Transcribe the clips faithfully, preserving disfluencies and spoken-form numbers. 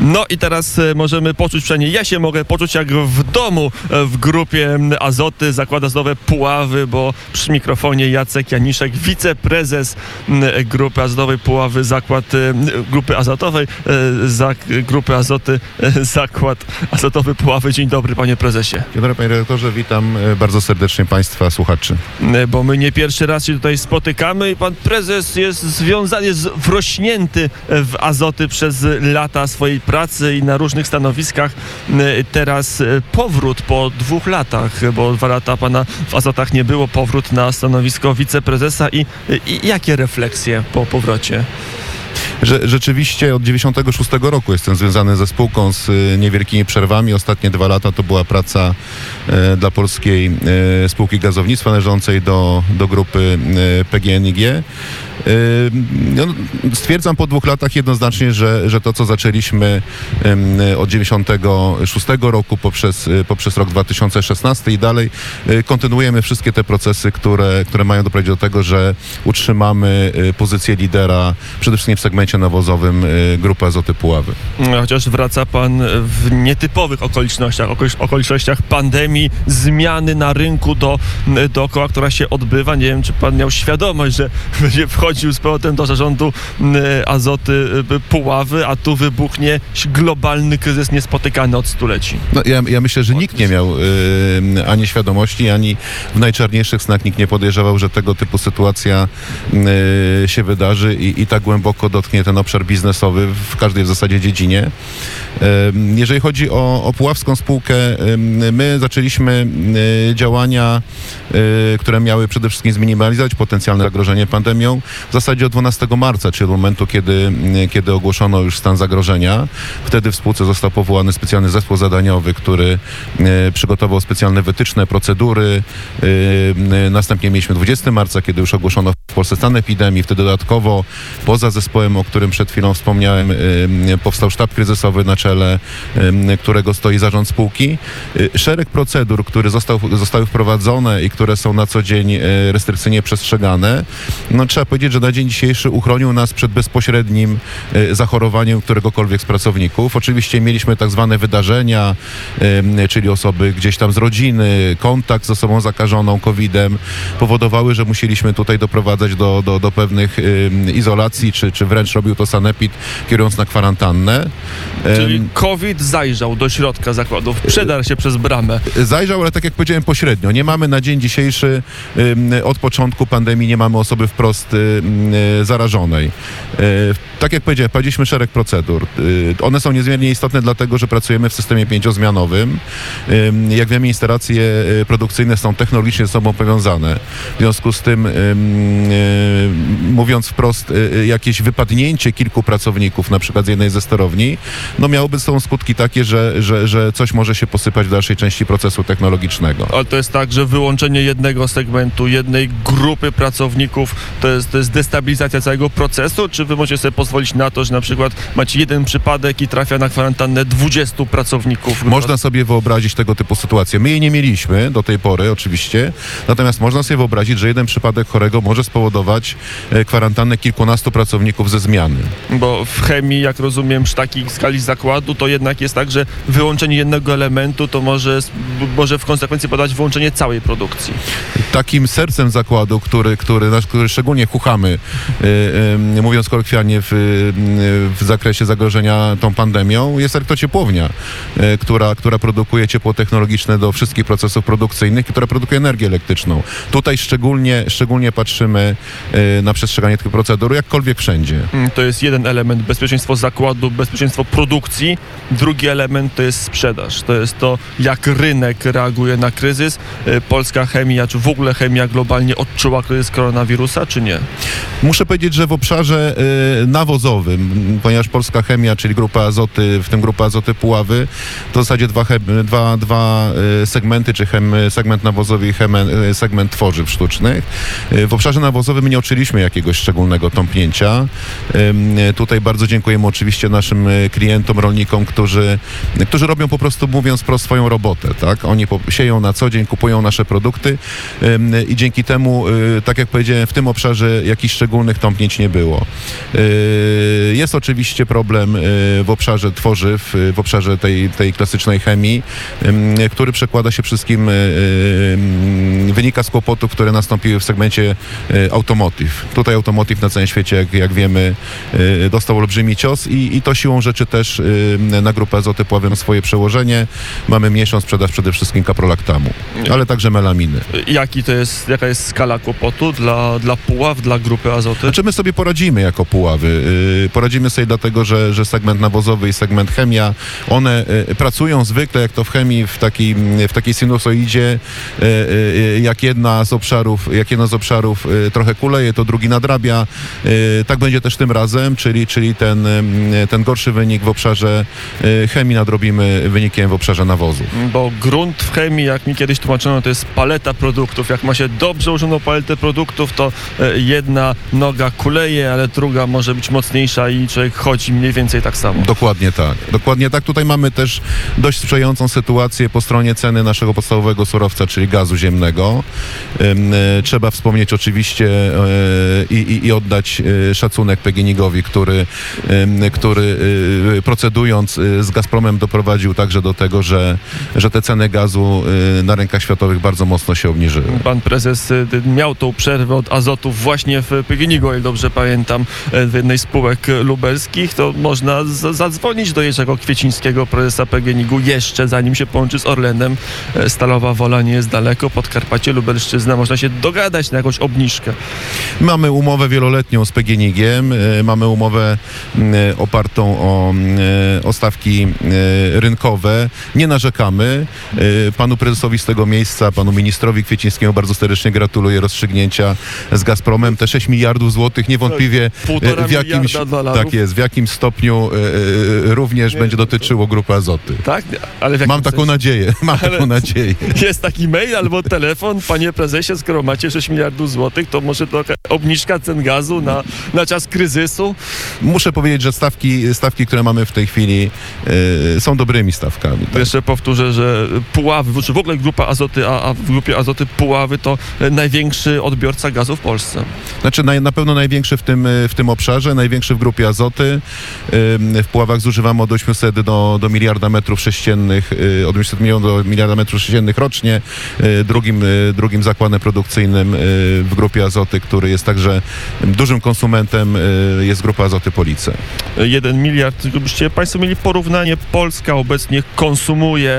No i teraz możemy poczuć, przynajmniej ja się mogę poczuć jak w domu w grupie Azoty, Zakład Azotowy Puławy, bo przy mikrofonie Jacek Janiszek, wiceprezes Grupy Azotowej Puławy, Zakład Grupy Azotowej, zak, Grupy Azoty, Zakład Azotowy Puławy. Dzień dobry, panie prezesie. Dzień dobry, panie redaktorze, witam bardzo serdecznie państwa słuchaczy. Bo my nie pierwszy raz się tutaj spotykamy i pan prezes jest związany, jest wrośnięty w Azoty przez lata swojej pracy i na różnych stanowiskach. Teraz powrót po dwóch latach, bo dwa lata pana w Azotach nie było, powrót na stanowisko wiceprezesa i, i jakie refleksje po powrocie? Że, rzeczywiście od dziewięćdziesiątego szóstego roku jestem związany ze spółką z niewielkimi przerwami. Ostatnie dwa lata to była praca e, dla polskiej e, spółki gazownictwa należącej do, do grupy e, P G N I G. No, stwierdzam po dwóch latach jednoznacznie, że, że to, co zaczęliśmy od dziewięćdziesiątego szóstego roku poprzez, poprzez rok dwa tysiące szesnasty i dalej, kontynuujemy wszystkie te procesy, które, które mają doprowadzić do tego, że utrzymamy pozycję lidera przede wszystkim w segmencie nawozowym Grupy Azoty Puławy. Chociaż wraca pan w nietypowych okolicznościach, okolicznościach pandemii, zmiany na rynku do, dookoła, która się odbywa. Nie wiem, czy pan miał świadomość, że będzie wchodził z powrotem do zarządu Azoty Puławy, a tu wybuchnie globalny kryzys niespotykany od stuleci. No, ja, ja myślę, że nikt nie miał y, ani świadomości, ani w najczarniejszych snach nikt nie podejrzewał, że tego typu sytuacja y, się wydarzy i, i tak głęboko dotknie ten obszar biznesowy w każdej w zasadzie dziedzinie. Y, jeżeli chodzi o, o puławską spółkę, y, my zaczęliśmy y, działania, y, które miały przede wszystkim zminimalizować potencjalne zagrożenie pandemią w zasadzie od dwunastego marca, czyli od momentu, kiedy, kiedy ogłoszono już stan zagrożenia. Wtedy w spółce został powołany specjalny zespół zadaniowy, który e, przygotował specjalne wytyczne, procedury. E, następnie mieliśmy dwudziestego marca, kiedy już ogłoszono w Polsce stan epidemii. Wtedy dodatkowo poza zespołem, o którym przed chwilą wspomniałem, e, powstał sztab kryzysowy, na czele e, którego stoi zarząd spółki. E, szereg procedur, które został, zostały wprowadzone i które są na co dzień e, restrykcyjnie przestrzegane. No, trzeba powiedzieć, że na dzień dzisiejszy uchronił nas przed bezpośrednim e, zachorowaniem któregokolwiek z pracowników. Oczywiście mieliśmy tak zwane wydarzenia, e, czyli osoby gdzieś tam z rodziny, kontakt z osobą zakażoną kowidem, powodowały, że musieliśmy tutaj doprowadzać do, do, do pewnych e, izolacji, czy, czy wręcz robił to sanepid, kierując na kwarantannę. E, czyli COVID zajrzał do środka zakładów, przedarł się przez bramę. Zajrzał, ale tak jak powiedziałem, pośrednio. Nie mamy na dzień dzisiejszy, e, od początku pandemii, nie mamy osoby wprost e, zarażonej. E, tak jak powiedziałem, prowadziliśmy szereg procedur. E, one są niezmiernie istotne, dlatego że pracujemy w systemie pięciozmianowym. E, jak wiemy, instalacje produkcyjne są technologicznie ze sobą powiązane. W związku z tym, e, e, mówiąc wprost, e, jakieś wypadnięcie kilku pracowników, na przykład z jednej ze sterowni, no miałoby są skutki takie, że, że, że coś może się posypać w dalszej części procesu technologicznego. Ale to jest tak, że wyłączenie jednego segmentu, jednej grupy pracowników, to jest, to jest destabilizacja całego procesu, czy wy możecie sobie pozwolić na to, że na przykład macie jeden przypadek i trafia na kwarantannę dwudziestu pracowników? Można sobie wyobrazić tego typu sytuację. My jej nie mieliśmy do tej pory oczywiście, natomiast można sobie wyobrazić, że jeden przypadek chorego może spowodować kwarantannę kilkunastu pracowników ze zmiany. Bo w chemii, jak rozumiem, przy takiej skali zakładu, to jednak jest tak, że wyłączenie jednego elementu to może, może w konsekwencji podawać wyłączenie całej produkcji. Takim sercem zakładu, który, który, na który szczególnie chuchamy, yy, yy, mówiąc kolokwialnie, w, w zakresie zagrożenia tą pandemią, jest elektrociepłownia, yy, która, która produkuje ciepło technologiczne do wszystkich procesów produkcyjnych i która produkuje energię elektryczną. Tutaj szczególnie, szczególnie patrzymy yy, na przestrzeganie tych procedur, jakkolwiek wszędzie. To jest jeden element, bezpieczeństwo zakładu, bezpieczeństwo produkcji. Drugi element to jest sprzedaż. To jest to, jak rynek reaguje na kryzys. Yy, polska chemia, czy w ogóle chemia globalnie odczuła kryzys koronawirusa, czy nie? Muszę powiedzieć, że w obszarze y, nawozowym, ponieważ Polska Chemia, czyli Grupa Azoty, w tym Grupa Azoty Puławy, to w zasadzie dwa, chem, dwa, dwa y, segmenty, czy chem, segment nawozowy i chem, y, segment tworzyw sztucznych. Y, w obszarze nawozowy nawozowym nie odczuliśmy jakiegoś szczególnego tąpnięcia. Tutaj bardzo dziękujemy oczywiście naszym klientom, rolnikom, którzy, którzy robią po prostu, mówiąc wprost, swoją robotę. Tak? Oni sieją na co dzień, kupują nasze produkty i dzięki temu, tak jak powiedziałem, w tym obszarze jakichś szczególnych tąpnięć nie było. Jest oczywiście problem w obszarze tworzyw, w obszarze tej, tej klasycznej chemii, który przekłada się wszystkim, wynika z kłopotów, które nastąpiły w segmencie automotive. Tutaj automotive na całym świecie, jak, jak wiemy, dostał olbrzymi cios i, i to siłą rzeczy też na Grupę Azoty Puławy ma swoje przełożenie. Mamy mniejszą sprzedaż przede wszystkim kaprolaktamu, ale także melaminy. Jaki to jest, jaka jest skala kłopotu dla, dla Puław, dla Grupy Azoty? Znaczy my sobie poradzimy jako Puławy. Poradzimy sobie dlatego, że, że segment nawozowy i segment chemia, one pracują zwykle, jak to w chemii, w takiej, w takiej sinusoidzie, jak jedna z obszarów, jak jedna z obszarów trochę kuleje, to drugi nadrabia. Tak będzie też tym razem, czyli, czyli ten, ten gorszy wynik w obszarze chemii nadrobimy wynikiem w obszarze nawozu. Bo grunt w chemii, jak mi kiedyś tłumaczono, to jest paleta produktów. Jak ma się dobrze ułożoną paletę produktów, to jedna noga kuleje, ale druga może być mocniejsza i człowiek chodzi mniej więcej tak samo. Dokładnie tak. Dokładnie tak. Tutaj mamy też dość sprzyjającą sytuację po stronie ceny naszego podstawowego surowca, czyli gazu ziemnego. Trzeba wspomnieć oczywiście i, i, i oddać szacunek P G N I G-owi, który, który procedując z Gazpromem doprowadził także do tego, że, że te ceny gazu na rynkach światowych bardzo mocno się obniżyły. Pan prezes miał tą przerwę od azotów właśnie w P G N I G-u, jak dobrze pamiętam, w jednej z spółek lubelskich. To można z- zadzwonić do Jerzego Kwiecińskiego, prezesa P G N I G-u, jeszcze zanim się połączy z Orlenem. Stalowa Wola nie jest daleko, Podkarpacie, Lubelszczyzna, można się dogadać na jakąś obniżkę. Mamy umowę wieloletnią z P G N I G-iem, mamy umowę opartą o, o stawki rynkowe. Nie narzekamy. Panu prezesowi z tego miejsca, panu ministrowi Kwiecińskiemu bardzo serdecznie gratuluję rozstrzygnięcia z Gazpromem. Te sześć miliardów złotych niewątpliwie Półtora w jakimś, dolarów. tak jest, w jakim stopniu e, również nie, będzie dotyczyło Grupy Azoty. Tak? Ale w jakim Mam taką sensie? nadzieję, mam Ale taką nadzieję. Jest taki mail albo telefon, panie prezesie, skoro macie sześć miliardów złotych, to może to obniżka cen gazu na, na czas kryzysu? Muszę powiedzieć, że stawki, stawki które mamy w tej chwili e, są dobrymi stawkami. Tak? Jeszcze powtórzę, że Puławy, czy w ogóle Grupa Azoty, a, a w Grupie Azoty Puławy to największy odbiorca gazu w Polsce. Znaczy na, na pewno największy w tym, w tym obszarze, największy w Grupie Azoty. W Puławach zużywamy od ośmiuset do, do miliarda metrów sześciennych, od ośmiuset milionów do miliarda metrów sześciennych rocznie. Drugim, drugim zakładem produkcyjnym w Grupie Azoty, który jest także dużym konsumentem, jest Grupa Azoty Police. Jeden miliard, żebyście Państwo mieli porównanie, Polska obecnie konsumuje,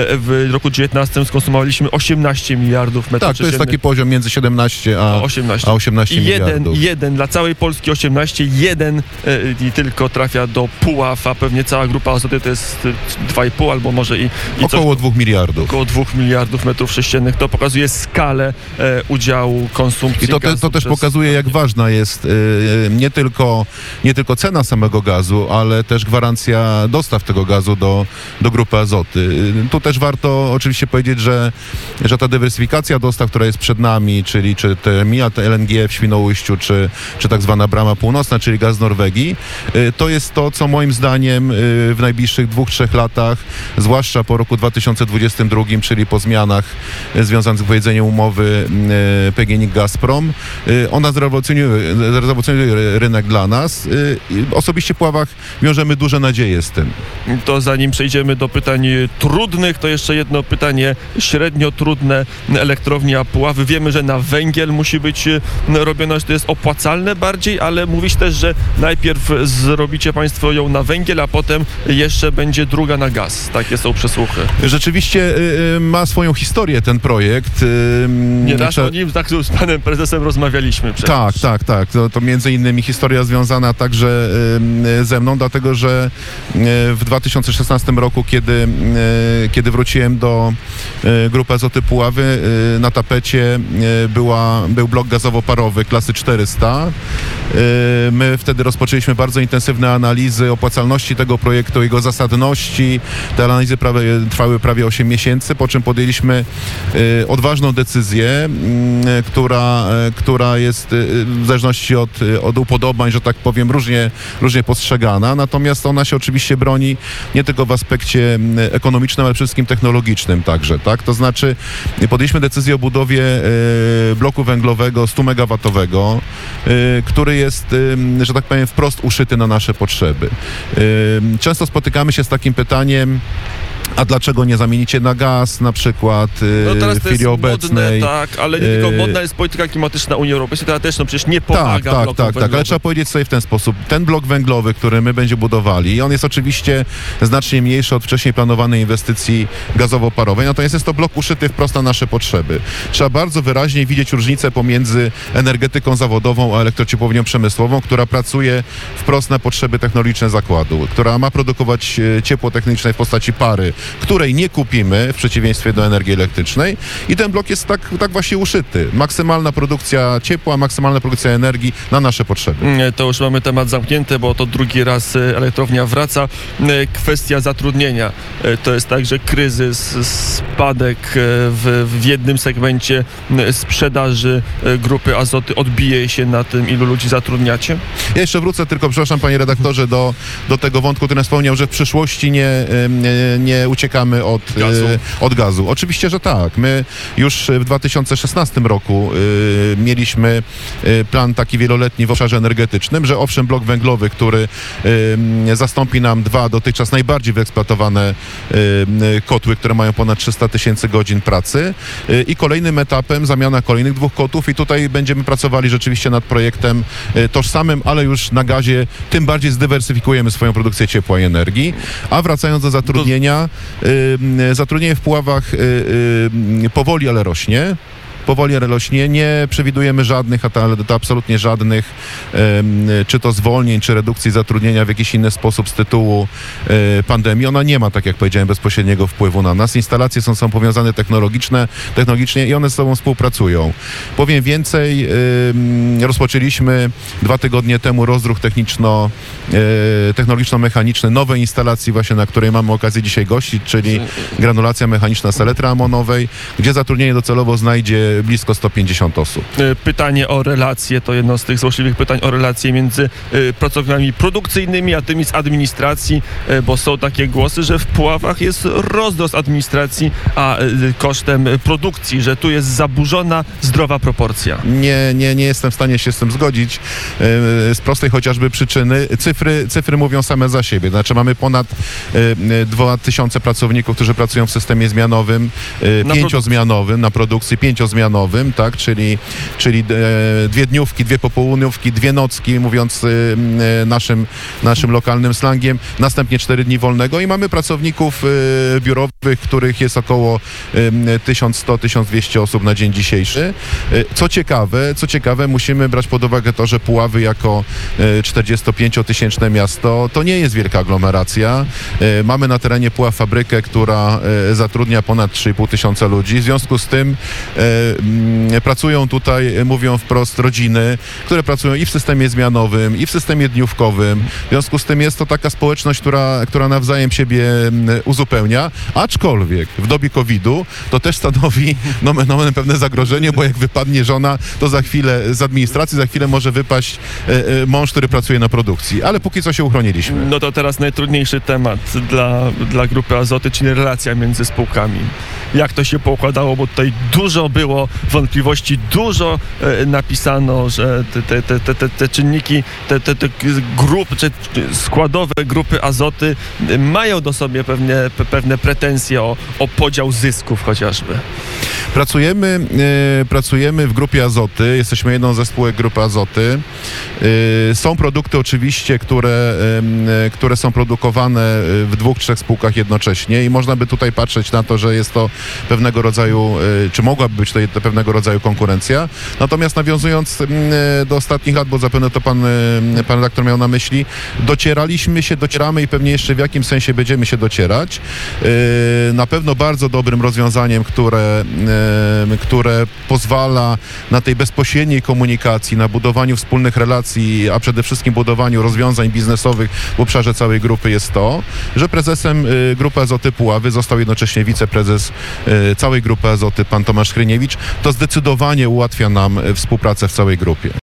w roku dziewiętnastym skonsumowaliśmy osiemnaście miliardów metrów Tak, to jest taki poziom między siedemnaście a osiemnaście, a osiemnaście I jeden, miliardów. jeden, dla całej Polski osiemnaście, jeden e, i tylko trafia do Puław, a pewnie cała Grupa Azoty to jest dwa i pół albo może i, i Około dwóch miliardów. Około dwóch miliardów metrów sześciennych. To pokazuje skalę e, udziału konsumpcji I to, te, gazu to też przez... pokazuje, jak ważna jest y, nie, tylko, nie tylko cena samego gazu, ale też gwarancja dostaw tego gazu do, do Grupy Azoty. Y, tu też warto oczywiście powiedzieć, że, że ta dywersyfikacja dostaw, która jest przed nami, czyli czy terminal L N G w Świnoujściu, czy, czy tak zwana Brama Północna, czyli gaz z Norwegii, y, to jest to, co moim zdaniem y, w najbliższych dwóch, trzech latach, zwłaszcza po roku dwa tysiące dwudziestym drugim, czyli po zmianach y, związanych z wypowiedzeniem umowy y, P G N I Gazprom, y, ona zrewolucjonuje, zrewolucjonuje rynek dla nas. Y, osobiście w Puławach wiążemy duże nadzieje z tym. To zanim przejdziemy do pytań trudnych, to jeszcze jedno pytanie średnio trudne. Elektrownia Puławy. Wiemy, że na węgiel musi być robiona, że to jest opłacalne bardziej, ale mówisz też, że najpierw zrobicie Państwo ją na węgiel, a potem jeszcze będzie druga na gaz. Takie są przesłuchy. Rzeczywiście y, ma swoją historię ten projekt. Y, Nie raz o nim tak z panem prezesem rozmawialiśmy przecież. Tak, tak, tak. To, to między innymi historia związana także y, ze mną, dlatego że y, w dwa tysiące szesnastym roku, kiedy, y, kiedy wróciłem do y, Grupy Azoty Puławy, y, na tapecie y, była, był blok gazowo-parowy klasy czterysta. Y, my wtedy rozpoczęliśmy bardzo intensywne analizy opłacalności tego projektu, jego zasadności. Te analizy prawie, trwały prawie osiem miesięcy, po czym podjęliśmy y, odważną decyzję, y, która, która jest y, w zależności od, od upodobań, że tak powiem, różnie, różnie postrzegana. Natomiast ona się oczywiście broni nie tylko w aspekcie ekonomicznym, ale przede wszystkim technologicznym także, tak? To znaczy podjęliśmy decyzję o budowie y, bloku węglowego stu megawatowego, y, który jest, y, że tak powiem, wprost uszyty na nasze potrzeby. Y, często spotykamy się z takim pytaniem, a dlaczego nie zamienicie na gaz na przykład no teraz w to chwili jest obecnej? Modne, tak, ale nie tylko modna jest polityka klimatyczna Unii Europejskiej, która też no przecież nie pomaga Tak, tak, blokom tak, tak, ale węglowym. trzeba powiedzieć sobie w ten sposób. Ten blok węglowy, który my będziemy budowali, on jest oczywiście znacznie mniejszy od wcześniej planowanej inwestycji gazowo-parowej, natomiast jest to blok uszyty wprost na nasze potrzeby. Trzeba bardzo wyraźnie widzieć różnicę pomiędzy energetyką zawodową a elektrociepłownią przemysłową, która pracuje wprost na potrzeby technologiczne zakładu, która ma produkować ciepło techniczne w postaci pary, której nie kupimy w przeciwieństwie do energii elektrycznej i ten blok jest tak, tak właśnie uszyty. Maksymalna produkcja ciepła, maksymalna produkcja energii na nasze potrzeby. To już mamy temat zamknięty, bo to drugi raz elektrownia wraca. Kwestia zatrudnienia. To jest także kryzys, spadek w, w jednym segmencie sprzedaży grupy Azoty odbije się na tym, ilu ludzi zatrudniacie? Ja jeszcze wrócę tylko, przepraszam panie redaktorze, do, do tego wątku, który wspomniał, że w przyszłości nie, nie, nie uciekamy od gazu. od gazu. Oczywiście, że tak. My już w dwa tysiące szesnastym roku y, mieliśmy y, plan taki wieloletni w obszarze energetycznym, że owszem, blok węglowy, który y, zastąpi nam dwa dotychczas najbardziej wyeksploatowane y, y, kotły, które mają ponad trzysta tysięcy godzin pracy y, i kolejnym etapem zamiana kolejnych dwóch kotłów i tutaj będziemy pracowali rzeczywiście nad projektem y, tożsamym, ale już na gazie, tym bardziej zdywersyfikujemy swoją produkcję ciepła i energii. A wracając do zatrudnienia, y, zatrudnienie w Puławach y, y, powoli, ale rośnie. Powoli, ale rośnie. Nie przewidujemy żadnych, a to, to absolutnie żadnych, um, czy to zwolnień, czy redukcji zatrudnienia w jakiś inny sposób z tytułu e, pandemii. Ona nie ma, tak jak powiedziałem, bezpośredniego wpływu na nas. Instalacje są, są powiązane technologiczne, technologicznie i one z sobą współpracują. Powiem więcej, e, rozpoczęliśmy dwa tygodnie temu rozruch techniczno, e, technologiczno-mechaniczny nowej instalacji właśnie, na której mamy okazję dzisiaj gościć, czyli granulacja mechaniczna saletry amonowej, gdzie zatrudnienie docelowo znajdzie blisko sto pięćdziesiąt osób. Pytanie o relacje to jedno z tych złośliwych pytań o relacje między y, pracownikami produkcyjnymi, a tymi z administracji, y, bo są takie głosy, że w Puławach jest rozrost administracji, a y, kosztem produkcji, że tu jest zaburzona zdrowa proporcja. Nie, nie, nie jestem w stanie się z tym zgodzić y, z prostej chociażby przyczyny. Cyfry, cyfry mówią same za siebie. Znaczy mamy ponad y, dwa tysiące pracowników, którzy pracują w systemie zmianowym, y, Na pięciozmianowym, na produkcji pięciozmianowym, tak, czyli, czyli e, dwie dniówki, dwie popołudniówki, dwie nocki, mówiąc e, naszym, naszym lokalnym slangiem, następnie cztery dni wolnego i mamy pracowników e, biurowych, których jest około e, tysiąc sto do tysiąc dwieście osób na dzień dzisiejszy. E, co ciekawe, co ciekawe, musimy brać pod uwagę to, że Puławy jako e, czterdziestopięciotysięczne miasto to nie jest wielka aglomeracja. E, mamy na terenie Puław fabrykę, która e, zatrudnia ponad trzy i pół tysiąca ludzi. W związku z tym e, pracują tutaj, mówią wprost, rodziny, które pracują i w systemie zmianowym, i w systemie dniówkowym. W związku z tym jest to taka społeczność, która, która nawzajem siebie uzupełnia, aczkolwiek w dobie kowidu to też stanowi nomen omen pewne zagrożenie, bo jak wypadnie żona, to za chwilę z administracji, za chwilę może wypaść e, e, mąż, który pracuje na produkcji. Ale póki co się uchroniliśmy. No to teraz najtrudniejszy temat dla, dla Grupy Azoty, czyli relacja między spółkami. Jak to się poukładało, bo tutaj dużo było wątpliwości, dużo e, napisano, że te, te, te, te, te czynniki, te, te, te grupy, czy składowe Grupy Azoty mają do sobie pewne, pewne pretensje o, o podział zysków chociażby. Pracujemy, e, pracujemy w Grupie Azoty, jesteśmy jedną ze spółek Grupy Azoty. E, są produkty oczywiście, które, e, które są produkowane w dwóch, trzech spółkach jednocześnie i można by tutaj patrzeć na to, że jest to pewnego rodzaju, e, czy mogłaby być to pewnego rodzaju konkurencja. Natomiast nawiązując e, do ostatnich lat, bo zapewne to pan, e, pan redaktor miał na myśli, docieraliśmy się, docieramy i pewnie jeszcze w jakimś sensie będziemy się docierać. E, na pewno bardzo dobrym rozwiązaniem, które e, które pozwala na tej bezpośredniej komunikacji, na budowaniu wspólnych relacji, a przede wszystkim budowaniu rozwiązań biznesowych w obszarze całej grupy jest to, że prezesem Grupy Azoty Puławy został jednocześnie wiceprezes całej Grupy Azoty, pan Tomasz Hryniewicz. To zdecydowanie ułatwia nam współpracę w całej grupie.